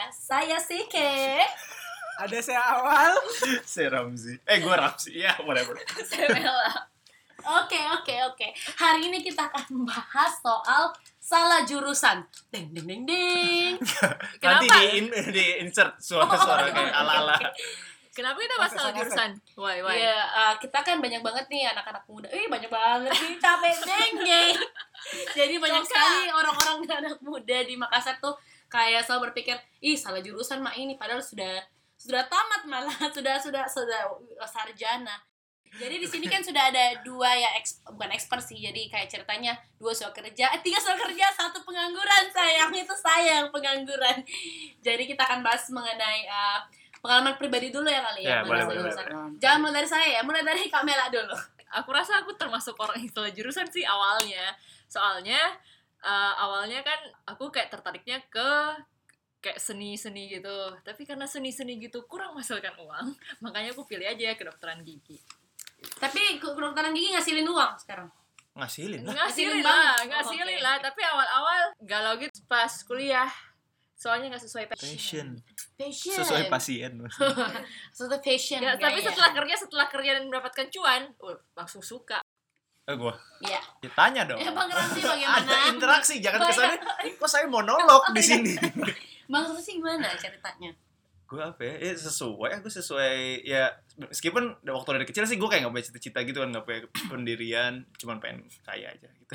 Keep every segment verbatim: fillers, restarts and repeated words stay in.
Saya Sike. Ada saya Awal. Saya Ramzi. Eh gue Ramzi, ya yeah, whatever. Saya Bella. Oke oke oke. Hari ini kita akan membahas soal salah jurusan. Ding ding ding ding. Nanti di, in, di insert suara-suara kayak ala-ala. Kenapa kita bahas soal jurusan? Why, why? Iya, uh, kita kan banyak banget nih anak-anak muda. Eh, banyak banget nih, capek deng. Jadi banyak Congka. sekali orang-orang anak muda di Makassar tuh kayak selalu berpikir, ih salah jurusan mah ini, padahal sudah sudah tamat malah, sudah sudah sudah sarjana. Jadi di sini kan sudah ada dua ya eks, bukan expert sih, jadi kayak ceritanya dua soal kerja, eh, tiga soal kerja, satu pengangguran, sayang itu saya yang pengangguran. Jadi kita akan bahas mengenai uh, pengalaman pribadi dulu ya kali ya. Ya, boleh, boleh, jurusan. boleh. Jangan mulai dari saya ya, mulai dari Kamela dulu. Aku rasa aku termasuk orang yang salah jurusan sih awalnya. Soalnya uh, awalnya kan aku kayak tertariknya ke kayak seni-seni gitu. Tapi karena seni-seni gitu kurang menghasilkan uang, makanya aku pilih aja kedokteran gigi. Tapi kedokteran gigi ngasilin uang sekarang. Ngasilin lah. Ngasilin Ngasilin lah, banget. ngasilin Oh, lah. oke. Tapi awal-awal galau gitu pas kuliah. Soalnya nggak sesuai passion. Passion. Passion. Sesuai pasien. Sesuai passion. Nggak, tapi gaya. setelah kerja, setelah kerja dan mendapatkan cuan, uh, langsung suka. Eh gue. Iya. Ya, tanya dong. Ya Bang Ramzi bagaimana? Ada interaksi, jangan Oh, kesannya. iya. Kok saya monolog di sini? Bang Ramzi gimana ceritanya? Gue apa ya? Ya sesuai, aku sesuai ya meskipun waktu dari kecil sih gue kayak gak punya cita-cita gitu kan, gak punya pendirian, cuman pengen kaya aja gitu.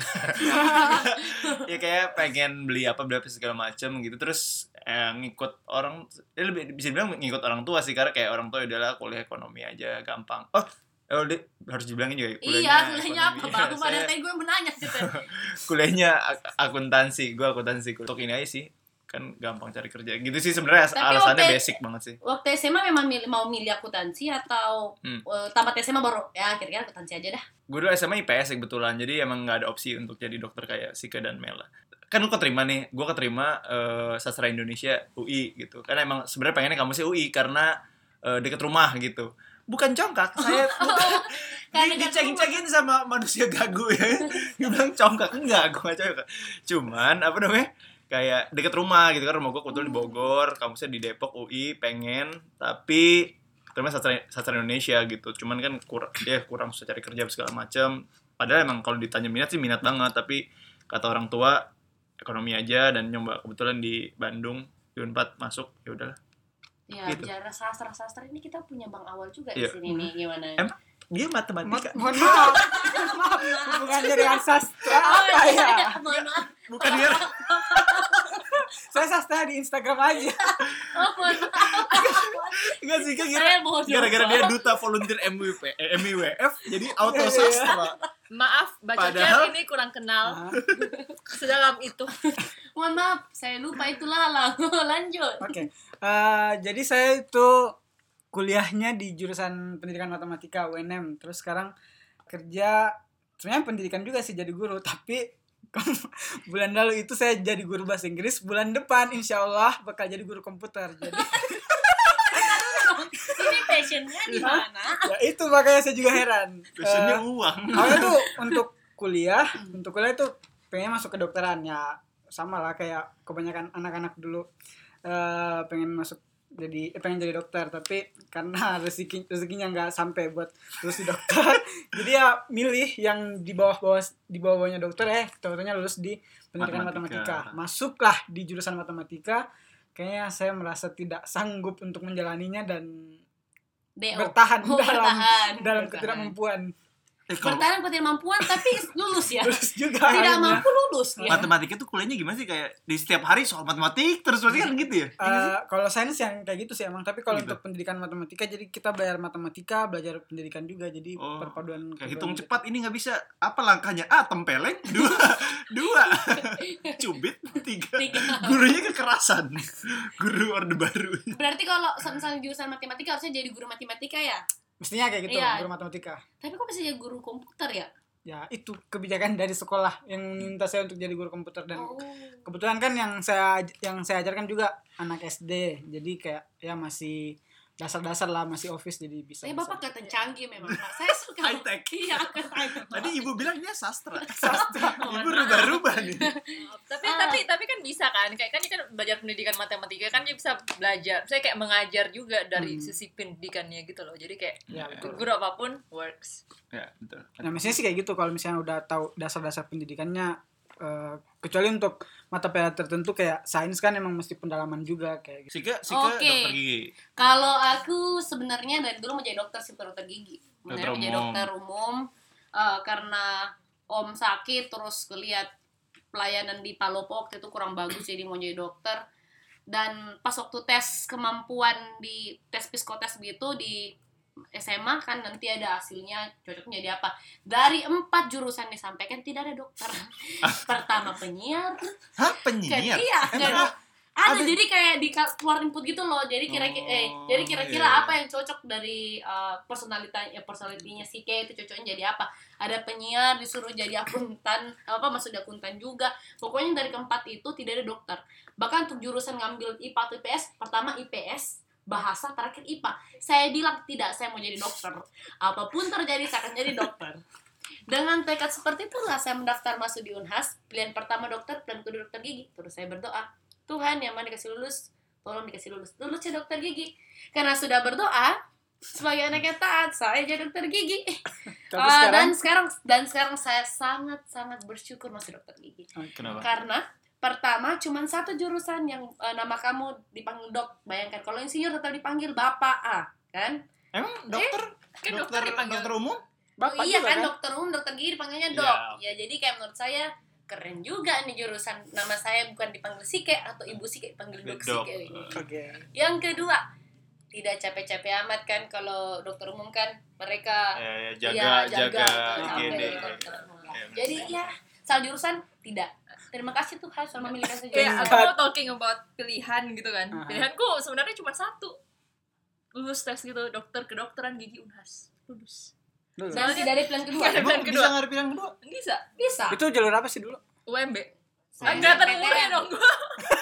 Ya kayak pengen beli apa beli apa segala macem gitu, terus eh, ngikut orang, ya lebih bisa dibilang ngikut orang tua sih, karena kayak orang tua udahlah kuliah ekonomi aja gampang. Oh, oh di, harus dibilangin juga ya, Iya, kuliahnya apa ekonomi. Bang? Aku pada Saya tadi gue menanya gitu. kuliahnya ak- akuntansi, gue akuntansi untuk ini aja sih, kan gampang cari kerja gitu sih sebenarnya. Tapi Alasannya waktu- basic banget sih. Waktu S M A memang milih, mau milih akuntansi atau Hmm. uh, tamat S M A baru ya kira-kira akuntansi aja dah. Gue dulu S M A I P S kebetulan, jadi emang nggak ada opsi untuk jadi dokter kayak Sika dan Mela. Kan gue keterima nih, gue keterima uh, sastra Indonesia U I gitu. Karena emang sebenarnya pengennya kampusnya U I karena uh, deket rumah gitu. Bukan congkak, saya Karena di, dekat diceng-cengin sama manusia gagu ya. Dia bilang congkak, enggak, gue gak congkak. Cuman apa namanya? Kayak deket rumah gitu kan, rumah gue kebetulan di Bogor, kampusnya di Depok U I, pengen, tapi terima sastra, sastra Indonesia gitu. Cuman kan kurang, ya kurang susah cari kerja segala macam. Padahal emang kalau ditanya minat sih minat banget, tapi kata orang tua ekonomi aja, dan nyoba kebetulan di Bandung di Unpad masuk, ya udahlah. Ya, Gitu. bicara sastra-sastra ini kita punya Bang Awal juga Iya. di sini nih, gimana? Emang dia matematika, Mohon maaf. Maaf. Hubungannya dengan sastra apa ya? Mohon maaf. bukan dia. Saya sastra di Instagram aja. Oh, mohon maaf. Enggak sih, kan Saya bodoh. gara-gara dia duta volunteer M W P, eh, M I W F, jadi auto Iya, iya. sastra. Maaf, Mbak Padahal- Cece ini kurang kenal Nah, sedalam itu. Mohon maaf, saya lupa itulah lah. Lanjut. Oke. Eh, jadi saya itu kuliahnya di jurusan pendidikan matematika U N M. Terus sekarang kerja sebenarnya pendidikan juga sih, jadi guru, tapi bulan lalu itu saya jadi guru bahasa Inggris. Bulan depan insya Allah bakal jadi guru komputer. Jadi Ini passionnya di mana? ya itu makanya saya juga heran. Passionnya Eh, uang. awalnya tuh untuk kuliah, untuk kuliah itu pengen masuk kedokteran ya, sama lah kayak kebanyakan anak-anak dulu eh, pengen masuk jadi eh, pengen jadi dokter, tapi karena rezeki rezekinya nggak sampai buat lulus di dokter, jadi ya milih yang di bawah-bawah di bawahnya dokter, eh dokternya lulus di pendidikan Matematika. matematika. Masuklah di jurusan matematika. Kayaknya saya merasa tidak sanggup untuk menjalaninya dan D O. bertahan Oh, dalam bertahan. dalam Bertahan. ketidakmampuan. Eh, kalau Bertahan ketidakmampuan tapi lulus ya. Terus juga Tidak akhirnya. mampu lulus dia. matematika tuh kuliahnya gimana sih, kayak di setiap hari soal matematik terus berarti kan gitu ya? Eh, kalau sains yang kayak gitu sih emang, tapi kalau Gitu. untuk pendidikan matematika jadi kita bayar matematika, belajar pendidikan juga, jadi Oh, perpaduan Kayak kedua hitung gitu. cepat ini nggak bisa. Apa langkahnya? A, tempeleng. Dua, dua. Cubit. Tiga. Tiga. Gurunya kekerasan. Guru orde baru. Berarti kalau misalnya jurusan matematika harusnya jadi guru matematika ya. Mestinya kayak gitu, Iya. guru matematika. Tapi kok bisa jadi guru komputer ya? Ya itu kebijakan dari sekolah yang minta saya untuk jadi guru komputer, dan Oh. kebetulan kan yang saya yang saya ajarkan juga anak S D, jadi kayak ya masih dasar-dasar lah, masih office, jadi bisa. Eh bisa. bapak kelihatan canggih memang Pak. Saya suka. High tech. Iya, kelihatan. Tadi ibu bilangnya sastra. Mohon Ibu maaf. rubah-rubah nih. Tapi Ah. tapi tapi kan bisa bisa kan, kayak kan dia kan belajar pendidikan matematika kan dia bisa belajar, saya kayak mengajar juga dari Hmm. sisi pendidikannya gitu loh, jadi kayak Ya, betul. guru apapun works. Ya, betul. Nah, misalnya sih kayak gitu kalau misalnya udah tahu dasar-dasar pendidikannya, eh, kecuali untuk mata pelajaran tertentu kayak sains kan emang mesti pendalaman juga kayak gitu. Sika, Sika Oke. dokter gigi. Kalau aku sebenarnya dari dulu mau jadi dokter sih, bukan dokter gigi. Dokter Sebenarnya jadi umum. dokter umum eh, karena om sakit terus kelihat pelayanan di Palopo waktu itu kurang bagus jadi mau jadi dokter. Dan pas waktu tes kemampuan di tes psikotes gitu di S M A kan nanti ada hasilnya cocoknya jadi apa. Dari empat jurusan disampaikan tidak ada dokter. Pertama penyiar, Hah, Kan, penyiar? iya, Emang kan. Ada, ada? jadi kayak di keluar input gitu loh. Jadi kira-kira eh Oh, jadi kira-kira iya, iya. apa yang cocok dari uh, personalita ya personalitinya si K itu cocoknya jadi apa? Ada penyiar disuruh jadi akuntan, apa maksudnya akuntan juga. Pokoknya dari keempat itu tidak ada dokter. Bahkan untuk jurusan ngambil I P A atau I P S, pertama I P S, bahasa terakhir I P A. Saya bilang tidak, saya mau jadi dokter. Apapun terjadi saya akan jadi dokter. Dengan tekad seperti itulah saya mendaftar masuk di Unhas. Pilihan pertama dokter, pilihan kedua dokter gigi. Terus saya berdoa, Tuhan yang mana dikasih lulus, tolong dikasih lulus. Lulus ya dokter gigi. Karena sudah berdoa, sebagai anak yang taat, saya jadi dokter gigi. Tapi Ah, sekarang dan sekarang dan sekarang saya sangat-sangat bersyukur masuk dokter gigi. Kenapa? Karena pertama cuma satu jurusan yang eh, nama kamu dipanggil dok. Bayangkan kalau insinyur tetap dipanggil bapak A, kan? Emang dokter? Kan dokter, dokter dipanggil dokter umum? bapak Oh, iya juga kan, kan? dokter umum, dokter gigi dipanggilnya dok. Iya. Ya jadi kayak menurut saya keren juga nih jurusan. Nama saya bukan dipanggil Sike atau Ibu Sike, dipanggil Dok Dok. Sike. Oke. Yang kedua, tidak capek-capek amat kan kalau dokter umum kan mereka Ya, ya, jaga, ya, jaga, capek, I G D. dokter umum. Ya, Jadi ya, salah jurusan tidak. Terima kasih Tuhan sudah memilihkan saya Kayak jurusan. aku mau talking about pilihan gitu kan. Aha. Pilihanku sebenarnya cuma satu. Lulus tes gitu, dokter kedokteran gigi Unhas. Lulus. Dulu. Dan tidak ada pilihan kedua. Nggak ada Emang pilihan bisa kedua. nggak ada pilihan kedua? Bisa. Bisa. Itu jalur apa sih dulu? U M B. Saya Angkatan S M P T N. umurnya dong gua.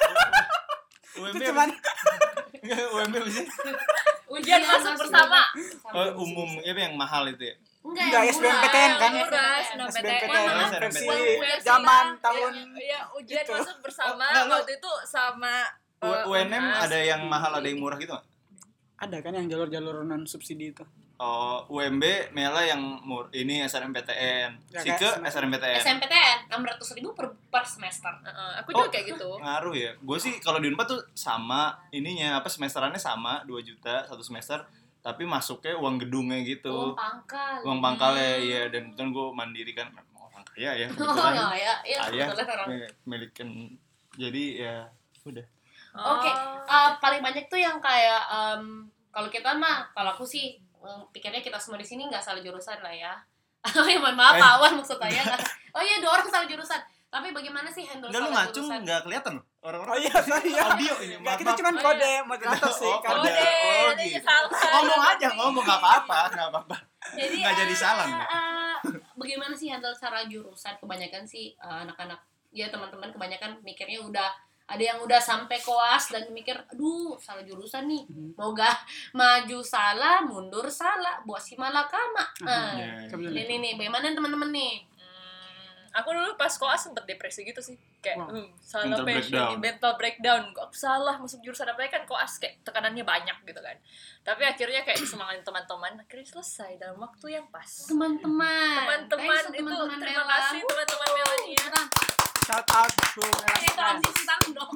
U M B Itu cuman U M B bisa? Ujian masuk bersama. Oh, umum, itu yang mahal itu ya? Enggak, Enggak, yang S B M P T N kan? Murah, S B M P T N. S B M P T N. S B M P T N Maaf, versi versi zaman Iya, tahun Iya, ujian itu. masuk bersama. Oh, enggak, lu- Waktu itu sama U- eh, U N M Unhas. ada yang mahal, ada yang murah gitu nggak? ada kan yang jalur-jalur non subsidi itu. Oh, U M B, Mela yang mur, ini S N M P T N, Ya, Sike kayak S N M P T N. S M P T N enam ratus ribu per, per semester. Heeh, aku Oh. juga kayak gitu. Ngaruh ya. Gue sih kalau di Unpad tuh sama ininya, apa semesterannya sama dua juta satu semester, tapi masuknya uang gedungnya gitu. Uang pangkal. Uang pangkalnya ya, dan kebetulan gue mandiri kan memang orang kaya ya. Oh Kebetulan ya, ya, ya, ayah kebetulan orang. mi- milikin. Jadi ya udah. Oke, uh, paling banyak tuh yang kayak um, kalau kita mah, kalau aku sih um, pikirnya kita semua di sini nggak salah jurusan lah ya. Oh ya, mohon maaf, Eh. awan maksud saya. nggak- Oh iya, dua orang salah jurusan. Tapi bagaimana sih handle Enggak, lu salah ngacung jurusan? nggak kelihatan loh orang-orang. Oh iya, sorry ya. Audio ini. Enggak, kita maaf, cuman Oh, kode iya. moderator sih Oh, kan. kode. Kode, Oh, ini gitu. salah. Ngomong aja, ngomong nggak apa-apa, nggak apa-apa. Jadi Nggak jadi uh, salah, nggak? uh, bagaimana sih handle salah jurusan? Kebanyakan sih uh, anak-anak, ya teman-teman kebanyakan mikirnya udah ada yang udah sampai koas dan mikir, aduh salah jurusan nih, Mhm. mau gak maju salah, mundur salah, buat si malakama. Nah, Ya, Kebetulan. ini nih, bagaimana teman-teman nih? Hmm, aku dulu pas koas sempet depresi gitu sih, kayak Wow. hmm, salah Mental passion, breakdown. mental breakdown, kok aku salah masuk jurusan apa kan koas kayak tekanannya banyak gitu kan. Tapi akhirnya kayak semangatin teman-teman, akhirnya selesai dalam waktu yang pas. Teman-teman. Teman-teman Thanks, itu teman-teman terima Mela. kasih teman-teman Melania. Tenang. Shout out to Eh, Ranti Melas. tentang dong.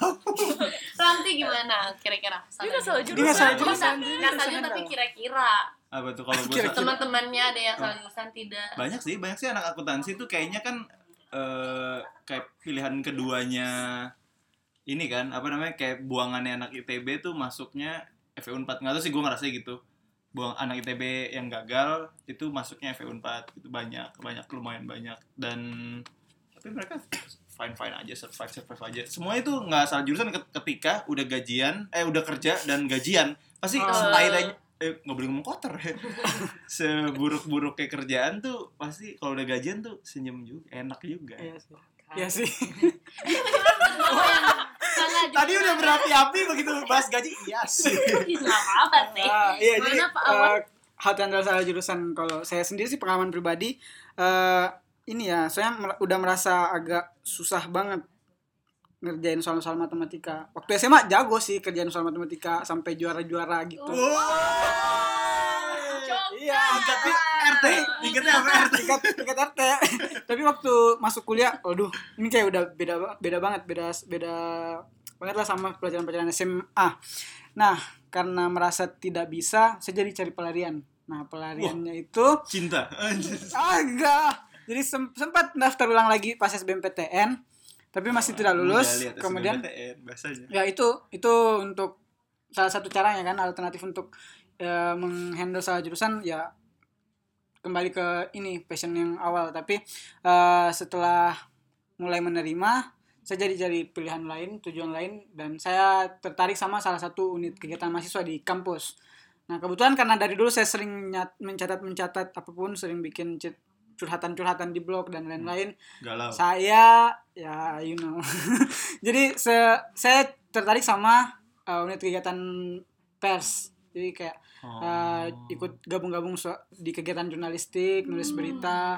Ranti gimana kira-kira? Dia nggak salah Dia nggak salah jurusan. Nggak Dia salah jurusan jurusan, tapi apa? kira-kira Apa tuh kalau gue Kira-kira. teman-temannya ada yang salah jurusan tidak? banyak sih banyak sih anak akuntansi tuh kayaknya kan eh, kayak pilihan keduanya ini kan apa namanya kayak buangannya anak I T B tuh masuknya F E U empat nggak tahu sih gue ngerasa gitu buang anak I T B yang gagal itu masuknya F E U empat itu banyak banyak lumayan banyak dan tapi mereka fine fine aja survive survive aja semua itu nggak salah jurusan ketika udah gajian eh udah kerja dan gajian pasti Oh. setai eh nggak boleh ngomong kotor ya seburuk-buruknya kerjaan tuh pasti kalau udah gajian tuh senyum juga enak juga Iya sih. Iya sih. Oh, yang salah tadi jurusan. udah berapi-api begitu bahas gaji iya sih Nggak apa-apa sih. Ah, iya jadi Mana Pak Awan? eh, hal yang salah jurusan kalau saya sendiri sih pengalaman pribadi eh ini ya saya mer- udah merasa agak susah banget ngerjain soal-soal matematika. Waktu S M A jago sih kerjain soal matematika sampai juara-juara gitu. Iya, Tingkatnya R T, tingkatnya apa R T? tingkat tingkat R T. Tapi waktu masuk kuliah, aduh, ini kayak udah beda beda banget, beda beda banget lah sama pelajaran-pelajaran S M A. Nah, karena merasa tidak bisa, saya jadi cari pelarian. Nah, pelariannya Wah. itu cinta. Ah, enggak. Jadi sem- sempat daftar ulang lagi pas S B M P T N, tapi masih oh, tidak lulus. Kemudian S B M P T N, bahasanya. Ya itu itu untuk salah satu caranya kan, alternatif untuk ya, menghandle salah jurusan ya kembali ke ini passion yang awal. Tapi uh, setelah mulai menerima, saya jadi cari pilihan lain, tujuan lain, dan saya tertarik sama salah satu unit kegiatan mahasiswa di kampus. Nah, kebetulan karena dari dulu saya sering nyat, mencatat-mencatat apapun, sering bikin c- curhatan-curhatan di blog dan lain-lain. Galau. Saya ya you know. Jadi se- saya tertarik sama uh, unit kegiatan pers. Jadi kayak oh. uh, ikut gabung-gabung so- di kegiatan jurnalistik, nulis berita,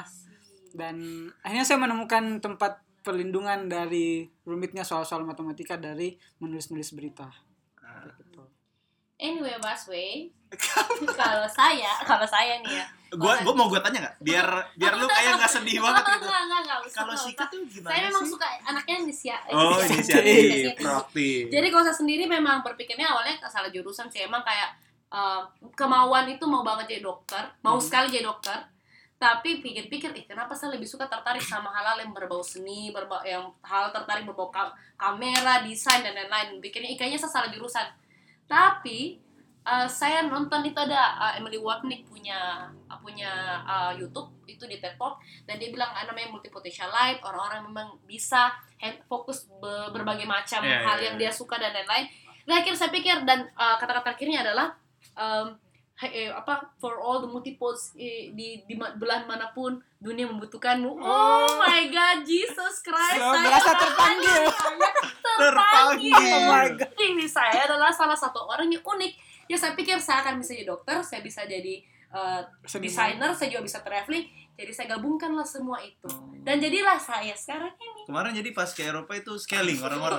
dan akhirnya saya menemukan tempat perlindungan dari rumitnya soal-soal matematika dari menulis-nulis berita. Uh. Gitu. Anyway, Baswe, kalau saya, kalau saya nih ya, gua gua mau gua tanya nggak, biar biar lu kayak nggak sedih banget gitu. Nggak nggak nggak usah. Kalau Sika tuh gimana saya memang sih? suka anaknya inisiatif. Oh, inisiatif, proaktif. Jadi kalau saya sendiri memang berpikirnya awalnya salah jurusan sih, emang kayak uh, kemauan itu mau banget jadi dokter, mau hmm. sekali jadi dokter. Tapi pikir-pikir, eh kenapa saya lebih suka tertarik sama hal-hal yang berbau seni, berbau yang hal tertarik berbau ka- kamera, desain dan lain-lain. Pikirnya kayaknya saya salah jurusan. Tapi uh, saya nonton itu ada uh, Emily Wapnick punya uh, punya uh, YouTube itu di TED Talk, dan dia bilang uh, namanya multipotentialite, orang-orang memang bisa hand, fokus be, berbagai macam yeah, hal yeah, yang yeah. dia suka dan lain-lain. Nah, akhirnya saya pikir, dan uh, kata-kata akhirnya adalah um, Hey, eh, apa for all the multiples eh, di di belahan manapun dunia membutuhkanmu. Oh, oh my God, Jesus Christ! So, saya merasa terpanggil. terpanggil. Oh my God. Ini saya adalah salah satu orang yang unik. Ya saya pikir saya akan bisa jadi dokter, saya bisa jadi uh, desainer, saya juga bisa traveling. Jadi saya gabungkanlah semua itu. Dan jadilah saya sekarang ini. Kemarin jadi pas ke Eropa itu scaling orang-orang.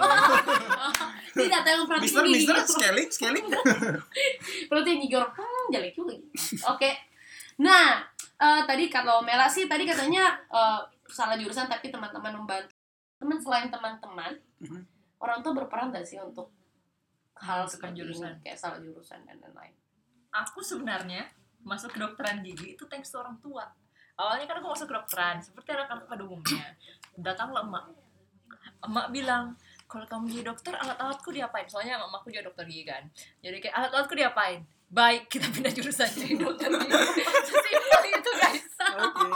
Tidak, tapi berarti Mister Mister scaling, scaling. Berarti nyigor, hmm, jelek juga. Oke. Okay. Nah, uh, tadi kalau Mela sih tadi katanya uh, salah jurusan tapi teman-teman membantu. Teman selain teman-teman, mm-hmm. orang tua berperan gak sih untuk hal seperti jurusan kayak salah jurusan dan lain-lain? Aku sebenarnya masuk kedokteran gigi itu thanks to orang tua. Awalnya kan aku masuk kedokteran, seperti anak-anak pada umumnya. Datanglah emak. Emak bilang, kalau kamu jadi dokter, alat-alatku diapain? Soalnya emakku juga dokter gigi kan. Jadi kayak alat-alatku diapain? Baik, kita pindah jurusan jadi dokter gigi. Sesimpel itu guys. Okay.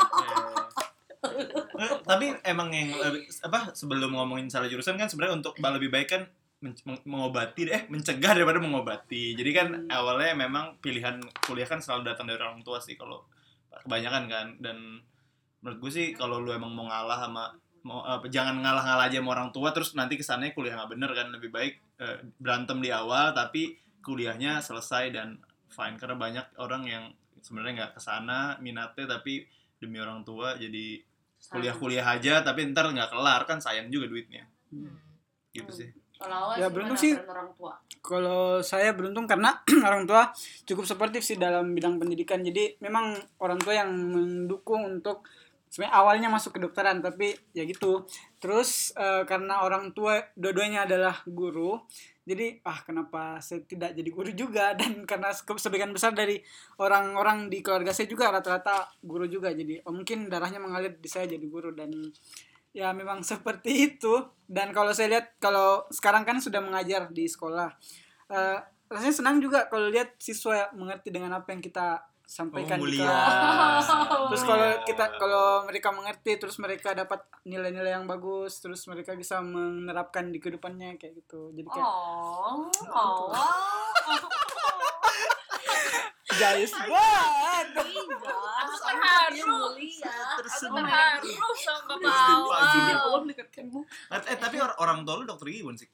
Tapi emang yang apa sebelum ngomongin salah jurusan kan sebenarnya untuk lebih baik kan men- mengobati eh mencegah daripada mengobati. Jadi kan hmm. awalnya memang pilihan kuliah kan selalu datang dari orang tua sih kalau kebanyakan kan. Dan menurut gue sih kalau lu emang mau ngalah sama mau uh, jangan ngalah-ngalah aja sama orang tua terus nanti kesannya kuliah nggak bener kan. Lebih baik uh, berantem di awal tapi kuliahnya selesai dan fine, karena banyak orang yang sebenarnya nggak kesana minatnya tapi demi orang tua jadi kuliah-kuliah aja tapi ntar nggak kelar kan, sayang juga duitnya. hmm. Gitu sih. Kalau ya beruntung sih orang tua. Kalau saya beruntung karena orang tua cukup suportif sih dalam bidang pendidikan. Jadi memang orang tua yang mendukung untuk sebenarnya awalnya masuk kedokteran, tapi ya gitu. Terus uh, karena orang tua dua-duanya adalah guru, jadi ah kenapa saya tidak jadi guru juga, dan karena sebagian besar dari orang-orang di keluarga saya juga rata-rata guru juga. Jadi oh, mungkin darahnya mengalir di saya jadi guru, dan ya memang seperti itu. Dan kalau saya lihat kalau sekarang kan sudah mengajar di sekolah, uh, rasanya senang juga kalau lihat siswa mengerti dengan apa yang kita sampaikan oh, di kelas. Terus kalau kita kalau mereka mengerti, terus mereka dapat nilai-nilai yang bagus, terus mereka bisa menerapkan di kehidupannya kayak gitu. Jadi kayak oh, oh. Jais banget. Aku terharu. Aku terharu sama Bapak. Eh tapi orang tua lu dokter gigi bukan sih?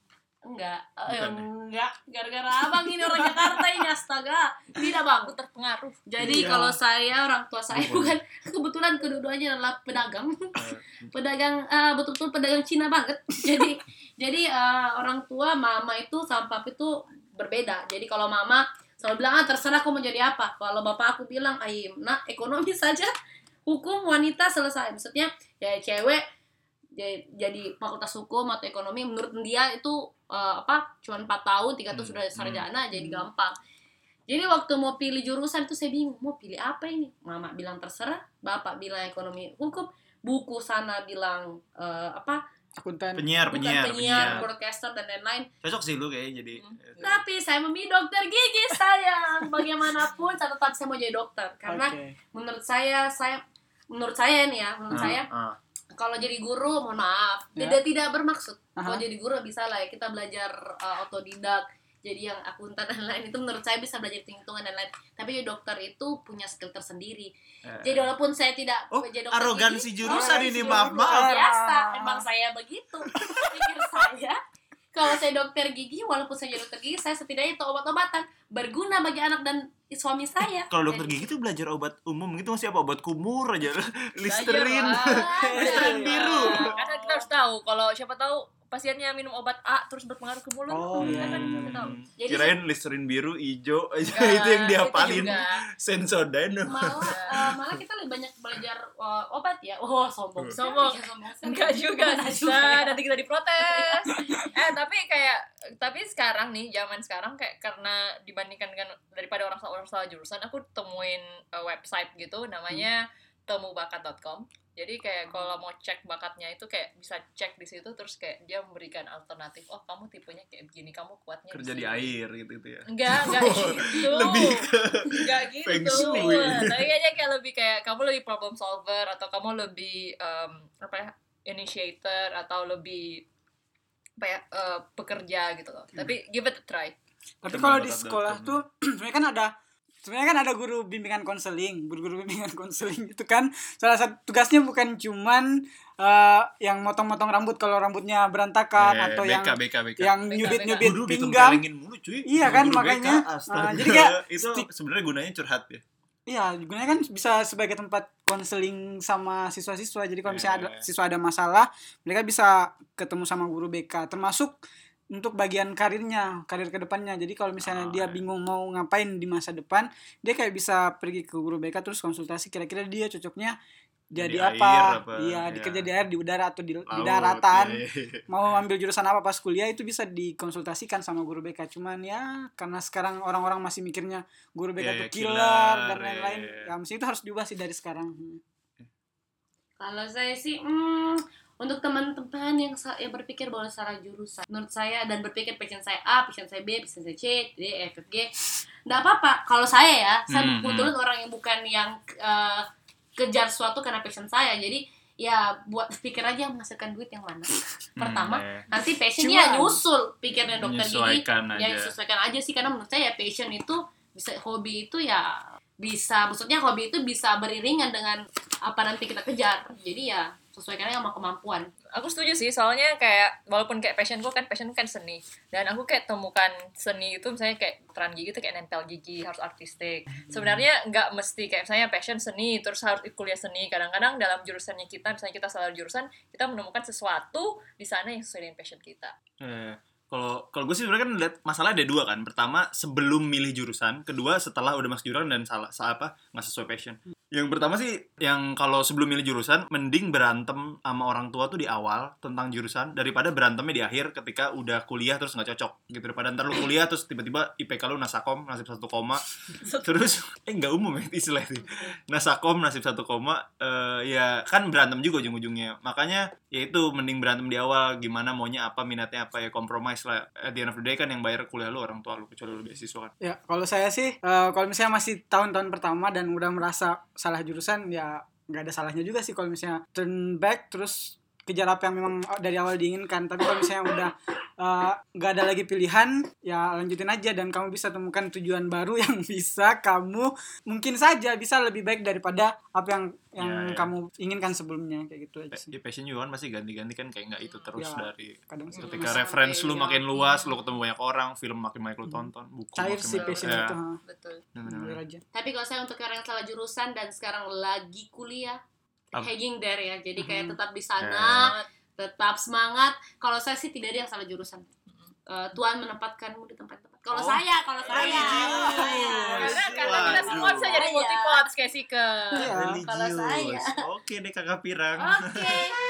Enggak, eh, Bukan ya? enggak, gara-gara abang ini orang Jakarta ini astaga. Tidak bang. Aku terpengaruh. Jadi Iya. kalau saya orang tua saya Bukan. bukan kebetulan kedua-duanya adalah pedagang, Eh, pedagang eh, betul-betul pedagang Cina banget. Jadi jadi eh, orang tua mama itu sama papa itu berbeda. Jadi kalau mama selalu bilang ah terserah kamu mau jadi apa. Kalau bapak aku bilang ayim, nah ekonomi saja, hukum wanita selesai. Maksudnya ya cewek jadi, jadi fakultas hukum atau ekonomi menurut dia itu eh, apa cuma empat tahun tiga tahun Hmm, sudah sarjana hmm, jadi hmm. gampang. Jadi waktu mau pilih jurusan tuh saya bingung mau pilih apa ini. Mama bilang terserah, bapak bilang ekonomi hukum, buku sana bilang eh, apa Akuntan. penyiar, bukan penyiar, penyiar, broadcaster dan lain-lain. Cocok sih lu kayaknya jadi. Hmm. Tapi saya memilih dokter gigi sayang. Bagaimanapun catatan saya mau jadi dokter karena Oke. menurut saya saya menurut saya nih ya menurut Ah, saya ah. kalau jadi guru mohon maaf Ya. tidak tidak bermaksud. Aha. Kalau jadi guru bisa lah ya kita belajar uh, otodidak jadi yang akuntan dan lain itu menurut saya bisa belajar hitung-hitungan dan lain. Tapi jadi dokter itu punya skill tersendiri. Eh, Jadi walaupun saya tidak Oh, jadi dokter arogansi gigi, jurusan arogansi ini, jurusan. maaf, maaf. Biasa, emang saya begitu. Pikir saya kalau saya dokter gigi, walaupun saya jadi dokter gigi, saya setidaknya tahu obat-obatan berguna bagi anak dan suami saya. Kalau dokter Jadi- gigi tuh belajar obat umum gitu masih apa? Obat kumur aja. Listerin. Belajar. Listerin biru. Karena kita harus tahu kalau siapa tahu pasiennya minum obat A terus berpengaruh ke mulut. Oh, kita iya, kan iya, bisa tahu. Hmm. Jadi- Kirain Listerin biru, hijau aja Enggak, itu yang dihafalin. itu juga. Sensodyne. malah uh, malah kita lebih banyak belajar uh, obat ya. Oh, sombong. Sombong. sekali, sombong sekali. Enggak juga Enggak bisa, juga ya. nanti kita diprotes. eh tapi kayak tapi sekarang nih zaman sekarang kayak karena dibandingkan dengan daripada orang orang salah jurusan, aku temuin uh, website gitu namanya temubakat dot com. Jadi kayak kalau mau cek bakatnya itu kayak bisa cek di situ terus kayak dia memberikan alternatif. Oh, kamu tipenya kayak begini, kamu kuatnya Kerja di sini." air gitu gitu ya. Enggak, enggak gitu. Lebih ke Enggak gitu. feng shui. Tapi kayaknya kayak lebih kayak kamu lebih problem solver atau kamu lebih um, apa ya, initiator atau lebih apa ya, uh, pekerja gitu loh. Tapi give it a try. Tapi Teman kalau di bakat sekolah dot com. tuh sebenarnya kan ada sebenarnya kan ada guru bimbingan konseling, guru-guru bimbingan konseling itu kan salah satu tugasnya bukan cuman eh, yang motong-motong rambut kalau rambutnya berantakan Eh, atau B K, yang B K, B K. yang B K, nyubit-nyubit Guru pinggang. ditempelin mulu cuy. Iya kan, Guru B K, makanya. astaga. Nah, jadi kayak itu stick- sebenarnya gunanya curhat ya. Iya, gunanya kan bisa sebagai tempat konseling sama siswa-siswa. Jadi kalau misalnya ada Eh. siswa ada masalah, mereka bisa ketemu sama guru B K. Termasuk untuk bagian karirnya, karir ke depannya. Jadi kalau misalnya Oh, dia iya. bingung mau ngapain di masa depan, dia kayak bisa pergi ke guru B K terus konsultasi kira-kira dia cocoknya jadi Di apa? air apa, Iya, iya. dikerja di air, di udara atau di, di Laut, daratan. iya, iya. Mau ambil jurusan apa pas kuliah itu bisa dikonsultasikan sama guru B K. Cuman ya karena sekarang orang-orang masih mikirnya guru B K Ya, itu ya, killer, killer, dan lain-lain. ya. Ya mesti itu harus diubah sih dari sekarang. Hmm. Kalau saya sih, hmm, untuk teman-teman yang, sa- yang berpikir bahwa salah jurusan, menurut saya dan berpikir passion saya A, passion saya B, passion saya C, D, E, F, G, nggak apa-apa. Kalau saya ya, saya Hmm, kebetulan orang yang bukan yang eh, kejar sesuatu karena passion saya. Jadi ya buat pikir aja yang menghasilkan duit yang mana. Pertama, Hmm, iya. nanti passionnya Cuan. nyusul pikirnya dokter gigi. Menyesuaikan Ya aja. sesuaikan aja sih karena menurut saya passion itu bisa hobi itu ya bisa maksudnya hobi itu bisa beriringan dengan apa nanti kita kejar. Jadi ya sesuaikan aja sama kemampuan. Aku setuju sih, soalnya kayak walaupun kayak passionku kan passion kan seni, dan aku kayak temukan seni itu misalnya kayak keran gigi tuh kayak nempel gigi harus artistik. Sebenarnya nggak mesti kayak misalnya passion seni terus harus kuliah seni. Kadang-kadang dalam jurusannya kita, misalnya kita salah jurusan, kita menemukan sesuatu di sana yang sesuai dengan passion kita. Eh, kalau kalau gue sih sebenarnya kan lihat masalah ada dua kan. Pertama sebelum milih jurusan, kedua setelah udah masuk jurusan dan salah salah apa nggak sesuai passion. Yang pertama sih yang kalau sebelum milih jurusan mending berantem sama orang tua tuh di awal tentang jurusan daripada berantemnya di akhir ketika udah kuliah terus nggak cocok gitu. Daripada ntar lu kuliah terus tiba-tiba I P K lu nasakom nasib satu koma terus eh nggak umum ya istilah itu nasakom nasib satu koma eh, ya kan berantem juga ujung-ujungnya. Makanya ya itu mending berantem di awal gimana maunya apa minatnya apa ya compromise lah. At the end of the day kan yang bayar kuliah lu orang tua lu kecuali lu beasiswa kan. Ya, kalau saya sih eh, kalau misalnya masih tahun-tahun pertama dan udah merasa salah jurusan ya nggak ada salahnya juga sih kalau misalnya turn back terus kejar apa yang memang dari awal diinginkan. Tapi kalau misalnya udah nggak uh, ada lagi pilihan, ya lanjutin aja dan kamu bisa temukan tujuan baru yang bisa kamu mungkin saja bisa lebih baik daripada apa yang yang Ya, ya. kamu inginkan sebelumnya, kayak gitu aja Pa- sih. ya, passion juga kan pasti ganti-ganti kan, kayak nggak itu terus Ya, dari kadang sih ketika Sampai reference lu ya. makin luas, lu ketemu banyak orang, film makin banyak lu tonton, buku cair makin sih banyak- passion ya. itu, ha. Betul. Bener-bener. Cair aja. Tapi kalau saya untuk orang yang salah jurusan dan sekarang lagi kuliah, Apa? hanging there ya. Jadi kayak Mhm. tetap di sana, Banget. tetap semangat. Kalau saya sih tidak ada yang salah jurusan. Eh, Tuhan menempatkanmu di tempat-tempat. Kalau Oh. saya, kalau saya, Religius. kalau saya. Karena karena kita semua bisa jadi Saya. multi pods kayak Sike. Iya. Kalau saya. Religius. Oke deh kakak pirang. Oke.